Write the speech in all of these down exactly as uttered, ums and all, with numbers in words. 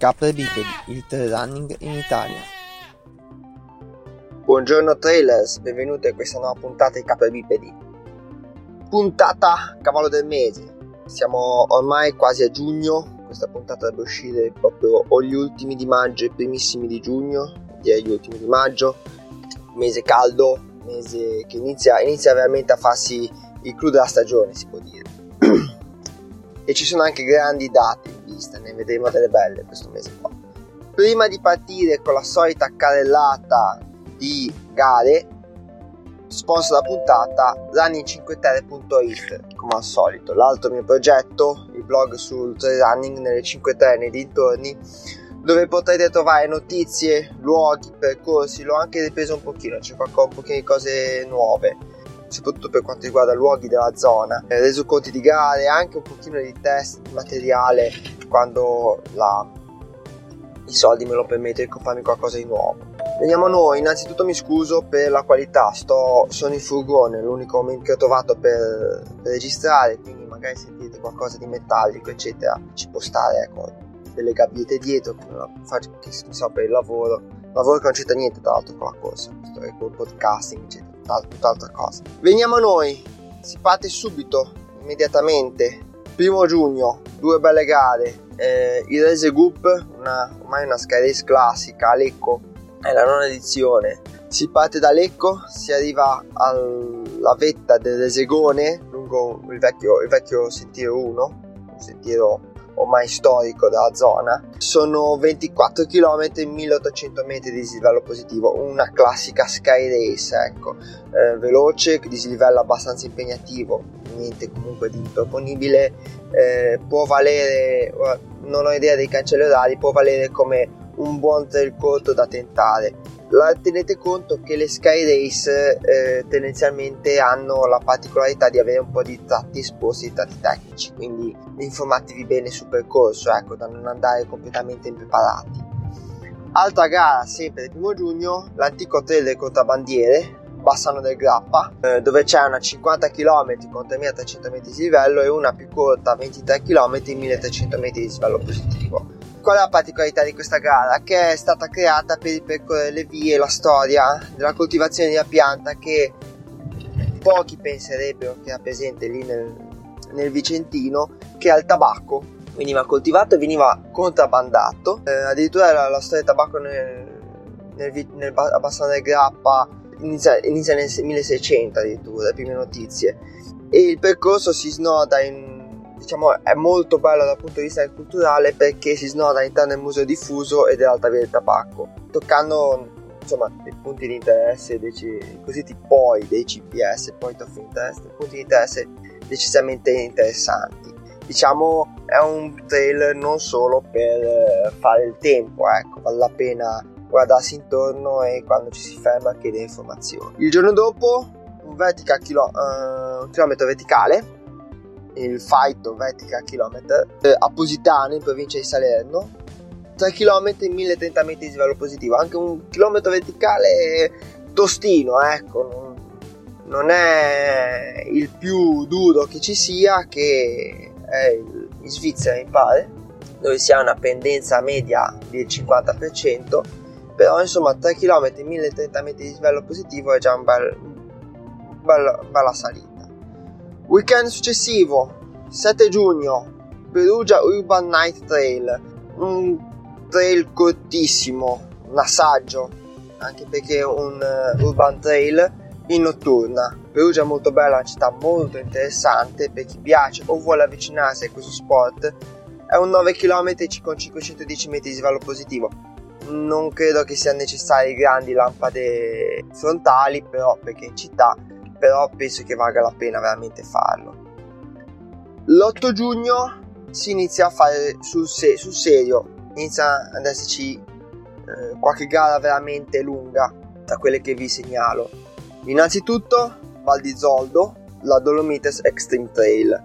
Capre bipedi, il trail running in Italia. Buongiorno trailers, benvenuti a questa nuova puntata di Capre bipedi. Puntata cavallo del mese, siamo ormai quasi a giugno, questa puntata dovrebbe uscire proprio o gli ultimi di maggio, i primissimi di giugno, direi gli ultimi di maggio, mese caldo, mese che inizia, inizia veramente a farsi il clou della stagione, si può dire. E ci sono anche grandi date in vista, ne vedremo delle belle questo mese qua. Prima di partire con la solita carrellata di gare, sponsor la puntata running cinque terre punto it, come al solito, l'altro mio progetto, il blog sul trail running nelle Cinque Terre nei dintorni, dove potrete trovare notizie, luoghi, percorsi. L'ho anche ripreso un pochino, c'è qualcosa, un pochino di cose nuove, soprattutto per quanto riguarda luoghi della zona, eh, resoconti di gare, anche un pochino di test di materiale quando la, i soldi me lo permettono, di comprarmi qualcosa di nuovo. Veniamo a noi. Innanzitutto mi scuso per la qualità, sto sono in furgone, l'unico momento che ho trovato per, per registrare, quindi magari sentite qualcosa di metallico eccetera, ci può stare, ecco, delle gabbiette dietro che non faccio, che so, per il lavoro lavoro che non c'entra niente tra l'altro con la corsa, con il podcasting eccetera, tutt'altra cosa. Veniamo a noi, si parte subito, immediatamente, primo giugno, due belle gare, eh, il Race Group, una, ormai una Sky Race classica a Lecco, è la nona edizione. Si parte da Lecco, si arriva alla vetta del Resegone lungo il vecchio, il vecchio sentiero uno, un sentiero ormai storico della zona. Sono ventiquattro chilometri, milleottocento metri di dislivello positivo, una classica Sky Race, ecco, eh, veloce, dislivello abbastanza impegnativo, niente comunque di improponibile, eh, può valere, non ho idea dei cancelli orari, può valere come un buon trail corto da tentare. La, tenete conto che le Sky Race eh, tendenzialmente hanno la particolarità di avere un po' di tratti esposti, tratti tecnici, quindi informatevi bene sul percorso, ecco, da non andare completamente impreparati. Altra gara sempre del primo giugno, l'antico trail del Contrabandiere, Bassano del Grappa, eh, dove c'è una cinquanta chilometri con tremilatrecento metri di livello e una più corta, ventitré chilometri, milletrecento metri di livello positivo. Qual è la particolarità di questa gara? Che è stata creata per ripercorrere le vie e la storia della coltivazione di una pianta che pochi penserebbero che era presente lì nel, nel Vicentino, che è il tabacco. Veniva coltivato e veniva contrabbandato, eh, addirittura la, la storia del tabacco nel, nel, nel Bassano del Grappa inizia, inizia nel milleseicento addirittura, le prime notizie, e il percorso si snoda in, diciamo, è molto bello dal punto di vista culturale perché si snoda all'interno del museo diffuso e dell'Alta Via del Tabacco, toccando insomma dei punti di interesse, dei, cosiddetti P O I, dei C P S, Point of Interest, punti di interesse decisamente interessanti. Diciamo è un trail non solo per fare il tempo, ecco, vale la pena guardarsi intorno e quando ci si ferma chiedere informazioni. Il giorno dopo un vertical chilo, uh, un chilometro verticale, il Faito Vertical Kilometer, eh, a Positano in provincia di Salerno, tre chilometri, milletrenta metri di livello positivo, anche un chilometro verticale tostino, ecco, non, non è il più duro che ci sia, che è in Svizzera mi pare, dove si ha una pendenza media del cinquanta per cento, però insomma tre chilometri, milletrenta metri di livello positivo è già un bel, un bel, bella salita. Weekend successivo, sette giugno, Perugia Urban Night Trail, un trail cortissimo, un assaggio, anche perché è un uh, urban trail in notturna. Perugia è molto bella, una città molto interessante per chi piace o vuole avvicinarsi a questo sport. È un nove chilometri con cinquecentodieci metri di livello positivo. Non credo che siano necessarie grandi lampade frontali, però perché in città, però penso che valga la pena veramente farlo. L'otto giugno si inizia a fare sul, se- sul serio, inizia ad esserci eh, qualche gara veramente lunga, tra quelle che vi segnalo. Innanzitutto Val di Zoldo, la Dolomites Extreme Trail,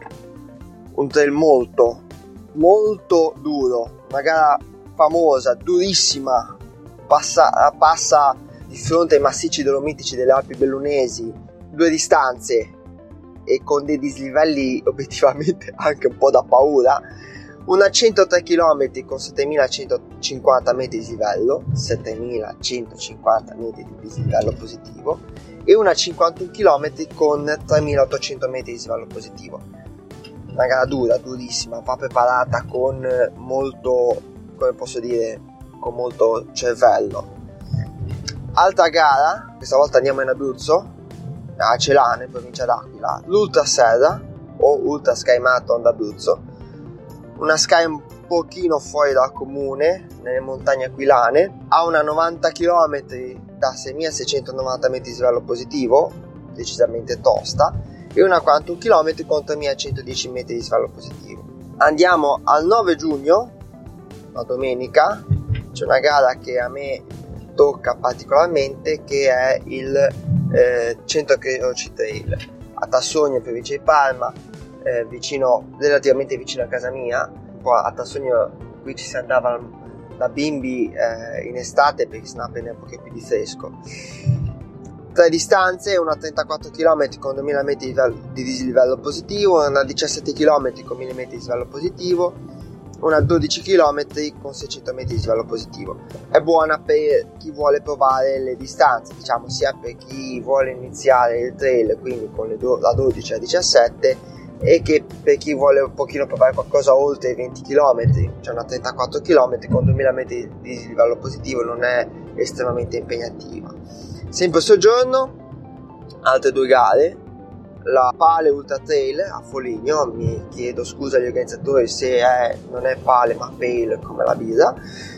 un trail molto molto duro, una gara famosa, durissima, passa, passa di fronte ai massicci dolomitici delle Alpi Bellunesi, due distanze e con dei dislivelli obiettivamente anche un po' da paura, una centotré chilometri con settemilacentocinquanta metri di dislivello, settemilacentocinquanta metri di dislivello positivo, e una cinquantuno chilometri con tremilaottocento metri di dislivello positivo. Una gara dura, durissima, va preparata con molto, come posso dire, con molto cervello. Altra gara, questa volta andiamo in Abruzzo, a Celano, in provincia d'Aquila, l'Ultra Serra o Ultra Sky Marathon d'Abruzzo. Una Sky un pochino fuori dal comune, nelle montagne aquilane, ha una novanta chilometri da seimilaseicentonovanta metri di dislivello positivo, decisamente tosta, e una quarantuno chilometri con tremilacentodieci metri di dislivello positivo. Andiamo al nove giugno, la domenica, c'è una gara che a me tocca particolarmente, che è il eh, Centro Croci Trail a Tassogno, in provincia di Parma, eh, vicino, relativamente vicino a casa mia. Un po' a Tassogno qui ci si andava da bimbi eh, in estate, perché sennò prende un pochino più di fresco. Tre distanze: una trentaquattro chilometri con duemila metri di dislivello positivo, una diciassette chilometri con mille metri di dislivello positivo, una dodici chilometri con seicento metri di dislivello positivo. È buona per chi vuole provare le distanze, diciamo, sia per chi vuole iniziare il trail, quindi con le do- la dodici e la diciassette, e che per chi vuole un pochino provare qualcosa oltre i venti chilometri, cioè una trentaquattro chilometri con duemila metri di dislivello positivo. Non è estremamente impegnativa. Sempre sto giorno, altre due gare: la Pale Ultra Trail a Foligno, mi chiedo scusa agli organizzatori se è, non è Pale ma Pale come la birra.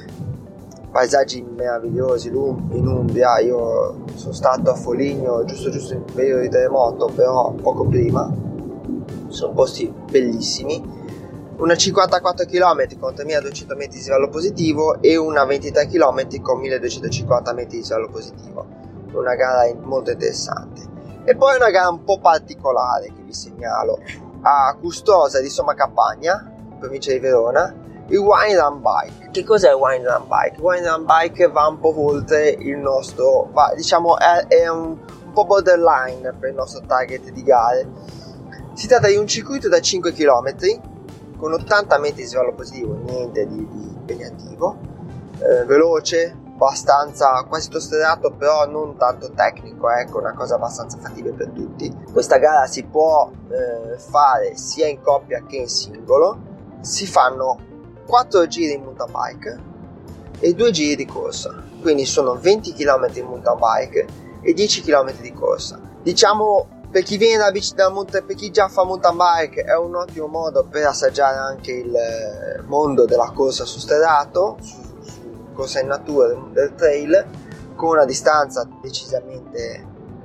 Paesaggi meravigliosi in Umbria. Io sono stato a Foligno giusto giusto in periodo di terremoto, però poco prima. Sono posti bellissimi. Una cinquantaquattro chilometri con tremiladuecento metri di dislivello positivo e una ventitré chilometri con milleduecentocinquanta metri di dislivello positivo. Una gara molto interessante. E poi una gara un po' particolare che vi segnalo: a Custosa di Sommacampagna, in provincia di Verona, il Wine Run Bike. Che cos'è il Wine Run Bike? Il Wine Run Bike va un po' oltre il nostro, va, diciamo è, è un, un po' borderline per il nostro target di gare. Si tratta di un circuito da cinque chilometri con ottanta metri di dislivello positivo, niente di, di impegnativo, eh, veloce, abbastanza quasi tostrato, però non tanto tecnico, ecco, una cosa abbastanza fattibile per tutti. Questa gara si può eh, fare sia in coppia che in singolo. Si fanno quattro giri in mountain bike e due giri di corsa, quindi sono venti chilometri in mountain bike e dieci chilometri di corsa. Diciamo, per chi viene da bici da mountain, per chi già fa mountain bike, è un ottimo modo per assaggiare anche il mondo della corsa su sterrato, su, su corsa in natura del trail, con una distanza decisamente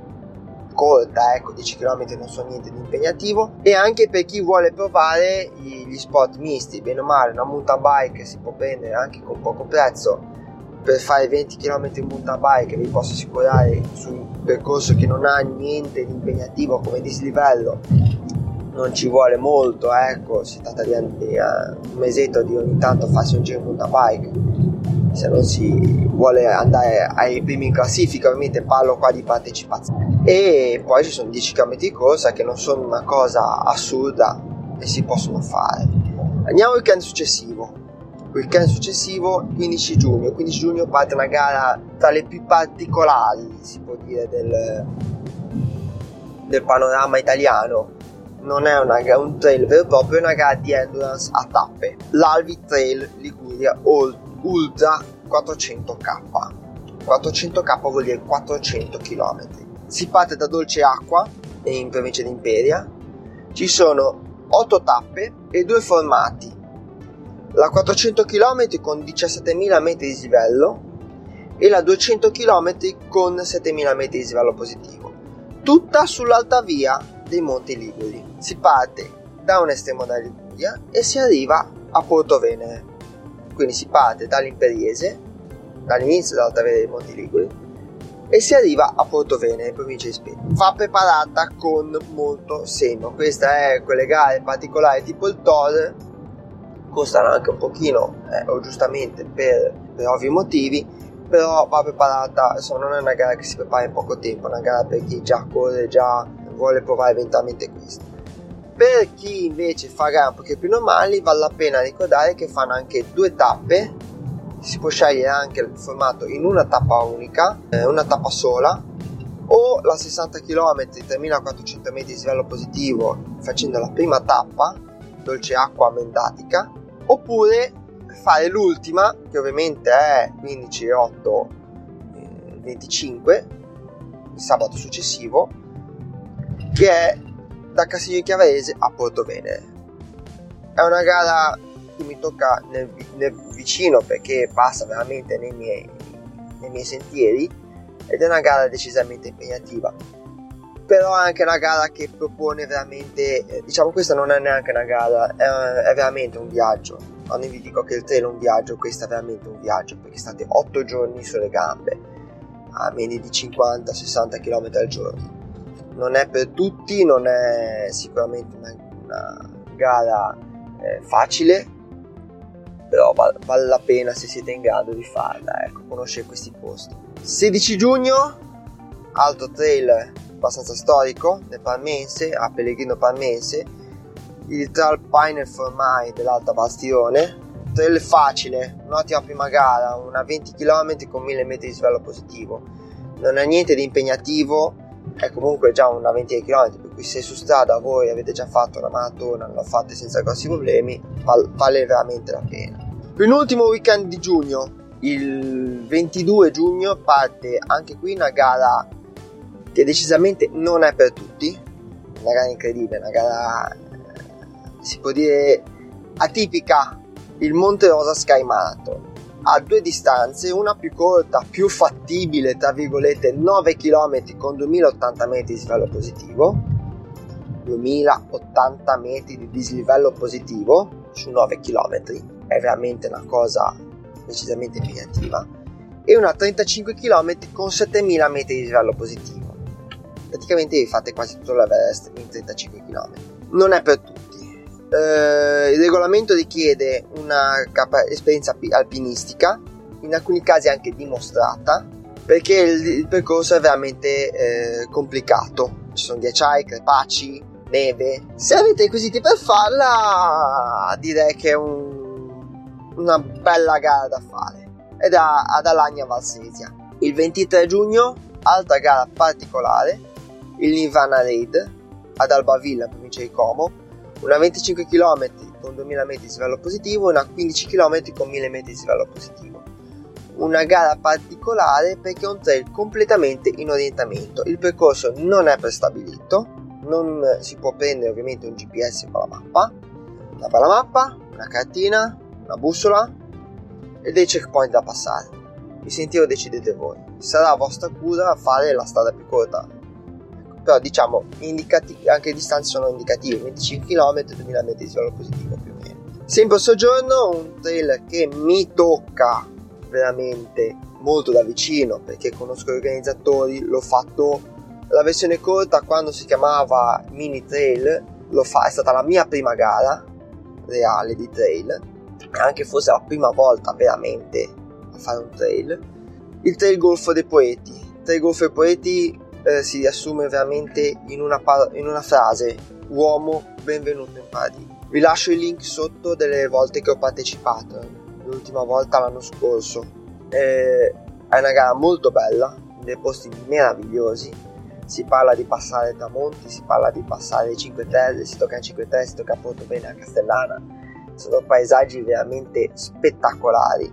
corta, ecco, dieci chilometri non sono niente di impegnativo. E anche per chi vuole provare gli sport misti, bene o male una mountain bike si può prendere anche con poco prezzo per fare venti chilometri in mountain bike. Vi posso assicurare, su un percorso che non ha niente di impegnativo come dislivello, non ci vuole molto, ecco, si tratta di uh, un mesetto di ogni tanto farsi un giro in mountain bike, se non si vuole andare ai primi in classifica. Ovviamente parlo qua di partecipazione. E poi ci sono dieci chilometri di corsa che non sono una cosa assurda e si possono fare. Andiamo al weekend successivo. Il weekend successivo, quindici giugno. Il quindici giugno parte una gara tra le più particolari, si può dire, del, del panorama italiano. Non è una, un trail vero e proprio, è una gara di endurance a tappe. L'Alvi Trail Liguria Ultra quattrocento K. quattrocento K vuol dire quattrocento chilometri. Si parte da Dolceacqua, in provincia di Imperia. Ci sono otto tappe e due formati. La quattrocento chilometri con diciassettemila metri di dislivello e la duecento chilometri con settemila metri di dislivello positivo. Tutta sull'alta via dei Monti Liguri. Si parte da un estremo della Liguria e si arriva a Portovenere. Quindi si parte dall'Imperiese, dall'inizio dell'alta via dei Monti Liguri, e si arriva a Portovenere, in provincia di Spezia. Va preparata con molto senno. Questa è quelle gare particolari tipo il Tor, costano anche un pochino, eh, o giustamente per, per ovvi motivi, però va preparata, insomma, non è una gara che si prepara in poco tempo, è una gara per chi già corre, già vuole provare eventualmente questo. Per chi invece fa gare un pochino più normali, vale la pena ricordare che fanno anche due tappe. Si può scegliere anche il formato in una tappa unica, eh, una tappa sola, o la sessanta chilometri, tremilaquattrocento metri di livello positivo facendo la prima tappa, dolce acqua mendatica, oppure fare l'ultima, che ovviamente è quindici, otto, venticinque, il sabato successivo, che è da Castiglio di Chiavarese a Portovenere. È una gara che mi tocca nel, nel vicino, perché passa veramente nei miei, nei miei sentieri, ed è una gara decisamente impegnativa, però è anche una gara che propone veramente, eh, diciamo, questa non è neanche una gara, è, è veramente un viaggio. Quando vi dico che il trail è un viaggio, questo è veramente un viaggio, perché state otto giorni sulle gambe a meno di cinquanta sessanta chilometri al giorno. Non è per tutti, non è sicuramente una, una gara eh, facile, però val, vale la pena se siete in grado di farla, ecco, conoscere questi posti. sedici giugno, altro trail abbastanza storico nel Parmense, a Pellegrino Parmense, il Trail Pine Formai dell'Alta Bastione. Trail facile, un'ottima prima gara, una venti chilometri con mille metri di livello positivo. Non è niente di impegnativo, è comunque già una ventina di chilometri, per cui se su strada voi avete già fatto una maratona, l'ho fatta senza grossi problemi, val- vale veramente la pena. Penultimo weekend di giugno, il ventidue giugno, parte anche qui una gara che decisamente non è per tutti, una gara incredibile, una gara, si può dire, atipica, il Monte Rosa Sky Marathon. Ha due distanze, una più corta, più fattibile, tra virgolette, nove chilometri con duemilaottanta metri di dislivello positivo, duemilaottanta metri di dislivello positivo su nove chilometri, è veramente una cosa decisamente impegnativa, e una trentacinque chilometri con settemila metri di livello positivo. Praticamente vi fate quasi tutto l'Everest in trentacinque chilometri. Non è per tutti. Uh, il regolamento richiede una capa- esperienza alpinistica, in alcuni casi anche dimostrata, perché il, il percorso è veramente eh, complicato. Ci sono ghiacciai, crepacci, neve. Se avete i requisiti per farla, direi che è un, una bella gara da fare. Ed è ad Alagna Valsesia. Il ventitré giugno, altra gara particolare, il Nirvana Raid ad Albavilla, provincia di Como. Una venticinque chilometri con duemila metri di livello positivo e una quindici chilometri con mille metri di livello positivo. Una gara particolare perché è un trail completamente in orientamento. Il percorso non è prestabilito, non si può prendere ovviamente un G P S con la mappa, una bella mappa, una cartina, una bussola e dei checkpoint da passare. Il sentiero decidete voi. Sarà a vostra cura fare la strada più corta. Però diciamo indicati- anche le distanze sono indicative, venticinque chilometri, duemila metri di livello positivo più o meno. Sempre a soggiorno, un trail che mi tocca veramente molto da vicino perché conosco gli organizzatori, l'ho fatto la versione corta quando si chiamava Mini Trail, l'ho fa- è stata la mia prima gara reale di trail, e anche forse la prima volta veramente a fare un trail. Il Trail Golfo dei Poeti. Il Trail Golfo dei Poeti Eh, si riassume veramente in una, par- in una frase: uomo, benvenuto in paradiso. Vi lascio il link sotto delle volte che ho partecipato, l'ultima volta l'anno scorso. Eh, è una gara molto bella, in dei posti meravigliosi, si parla di passare tramonti, si parla di passare Cinque Terre, si tocca in Cinque Terre, si tocca a Portovesme, a Castellana. Sono paesaggi veramente spettacolari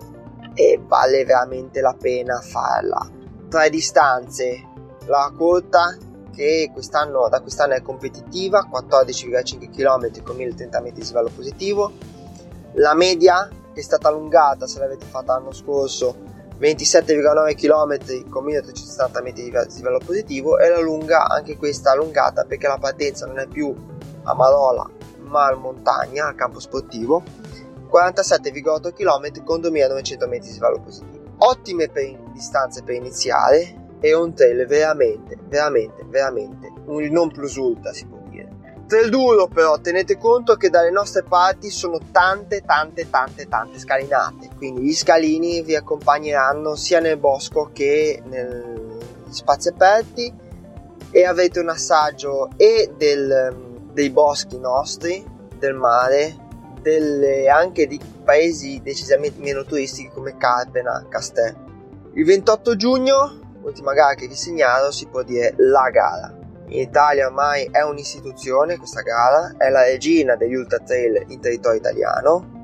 e vale veramente la pena farla. Tre distanze: la corta, che quest'anno da quest'anno è competitiva, quattordici virgola cinque chilometri con mille trenta metri di livello positivo. La media, che è stata allungata, se l'avete fatta l'anno scorso, ventisette virgola nove chilometri con milletrecentosettanta metri di livello positivo. E la lunga, anche questa allungata perché la partenza non è più a Marola ma a montagna, al campo sportivo, quarantasette virgola otto chilometri con duemilanovecento metri di livello positivo. Ottime per distanze per iniziare. È un trail veramente, veramente, veramente un non plus ultra, si può dire. Trail duro, però tenete conto che dalle nostre parti sono tante, tante, tante, tante scalinate, quindi gli scalini vi accompagneranno sia nel bosco che negli spazi aperti, e avrete un assaggio e del, dei boschi nostri, del mare, delle, anche di paesi decisamente meno turistici come Carpena, Castel. Il ventotto giugno, ultima gara che vi segnalo, si può dire la gara. In Italia ormai è un'istituzione questa gara, è la regina degli ultra trail in territorio italiano.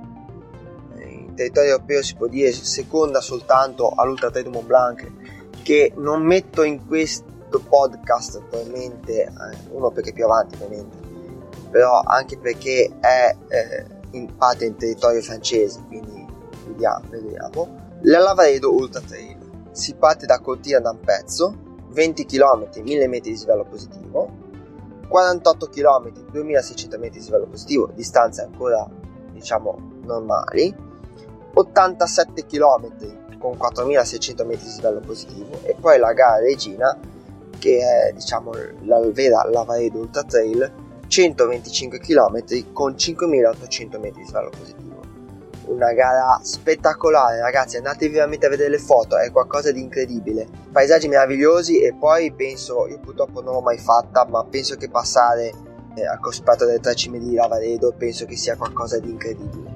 In territorio europeo si può dire seconda soltanto all'Ultra Trail du Mont Blanc, che non metto in questo podcast attualmente, eh, uno perché è più avanti ovviamente, però anche perché è eh, in parte in territorio francese, quindi vediamo, vediamo. La Lavaredo Ultra Trail si parte da Cortina d'Ampezzo, venti chilometri, mille metri di dislivello positivo, quarantotto chilometri, duemilaseicento metri di dislivello positivo, distanze ancora diciamo normali, ottantasette chilometri con quattromilaseicento metri di dislivello positivo, e poi la gara regina che è diciamo la vera Lavaredo Ultra Trail, centoventicinque chilometri con cinquemilaottocento metri di dislivello positivo. Una gara spettacolare, ragazzi, andate veramente a vedere le foto, è qualcosa di incredibile, paesaggi meravigliosi. E poi penso, io purtroppo non l'ho mai fatta, ma penso che passare eh, al cospetto delle tre cime di Lavaredo penso che sia qualcosa di incredibile.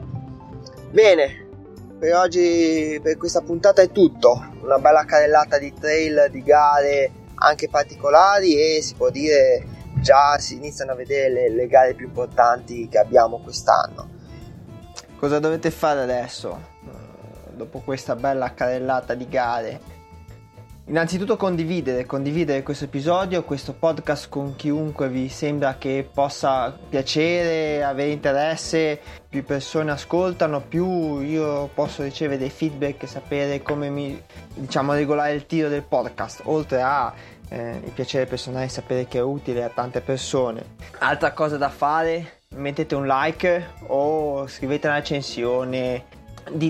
Bene, per oggi, per questa puntata è tutto, una bella carrellata di trail, di gare anche particolari, e si può dire già si iniziano a vedere le, le gare più importanti che abbiamo quest'anno. Cosa dovete fare adesso, dopo questa bella carrellata di gare? Innanzitutto condividere, condividere questo episodio, questo podcast con chiunque vi sembra che possa piacere, avere interesse. Più persone ascoltano, più io posso ricevere dei feedback e sapere come mi, diciamo, regolare il tiro del podcast, oltre a eh, il piacere personale di sapere che è utile a tante persone. Altra cosa da fare: mettete un like o scrivete una recensione, di,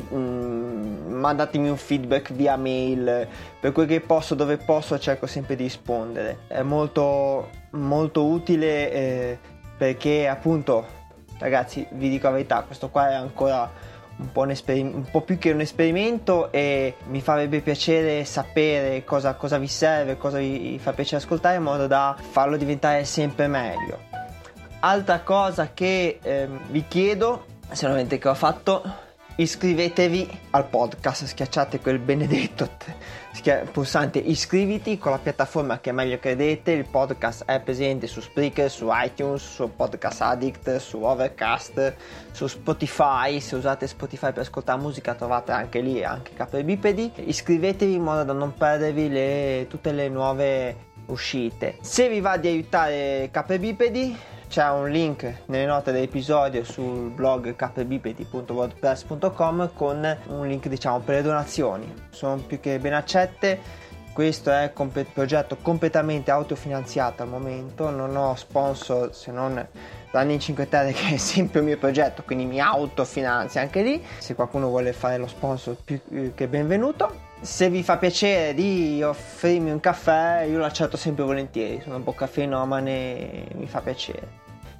mm, mandatemi un feedback via mail, per quel che posso, dove posso cerco sempre di rispondere. È molto molto utile eh, perché appunto, ragazzi, vi dico la verità, questo qua è ancora un po', un, esperim- un po' più che un esperimento, e mi farebbe piacere sapere cosa, cosa vi serve, cosa vi fa piacere ascoltare, in modo da farlo diventare sempre meglio. Altra cosa che eh, vi chiedo, sicuramente che ho fatto: iscrivetevi al podcast, schiacciate quel benedetto schia- pulsante iscriviti con la piattaforma che meglio credete. Il podcast è presente su Spreaker, su iTunes, su Podcast Addict, su Overcast, su Spotify. Se usate Spotify per ascoltare musica trovate anche lì anche Capre Bipedi. Iscrivetevi in modo da non perdervi le, tutte le nuove uscite. Se vi va di aiutare Capre Bipedi, c'è un link nelle note dell'episodio sul blog caprebipedi punto wordpress punto com con un link, diciamo, per le donazioni. Sono più che ben accette. Questo è un comp- progetto completamente autofinanziato al momento, non ho sponsor se non Running cinque Terre, che è sempre il mio progetto, quindi mi autofinanzio anche lì. Se qualcuno vuole fare lo sponsor, più che benvenuto. Se vi fa piacere di offrirmi un caffè, io lo accetto sempre volentieri, sono un po' caffeinomane, mi fa piacere.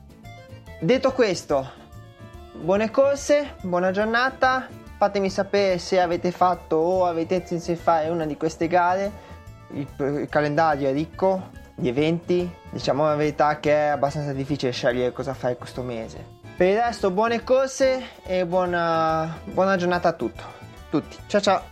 Detto questo, buone corse, buona giornata, fatemi sapere se avete fatto o avete intenzione di fare una di queste gare. Il, il calendario è ricco di eventi, diciamo la verità che è abbastanza difficile scegliere cosa fare questo mese. Per il resto buone corse e buona, buona giornata a tutto, tutti, ciao ciao!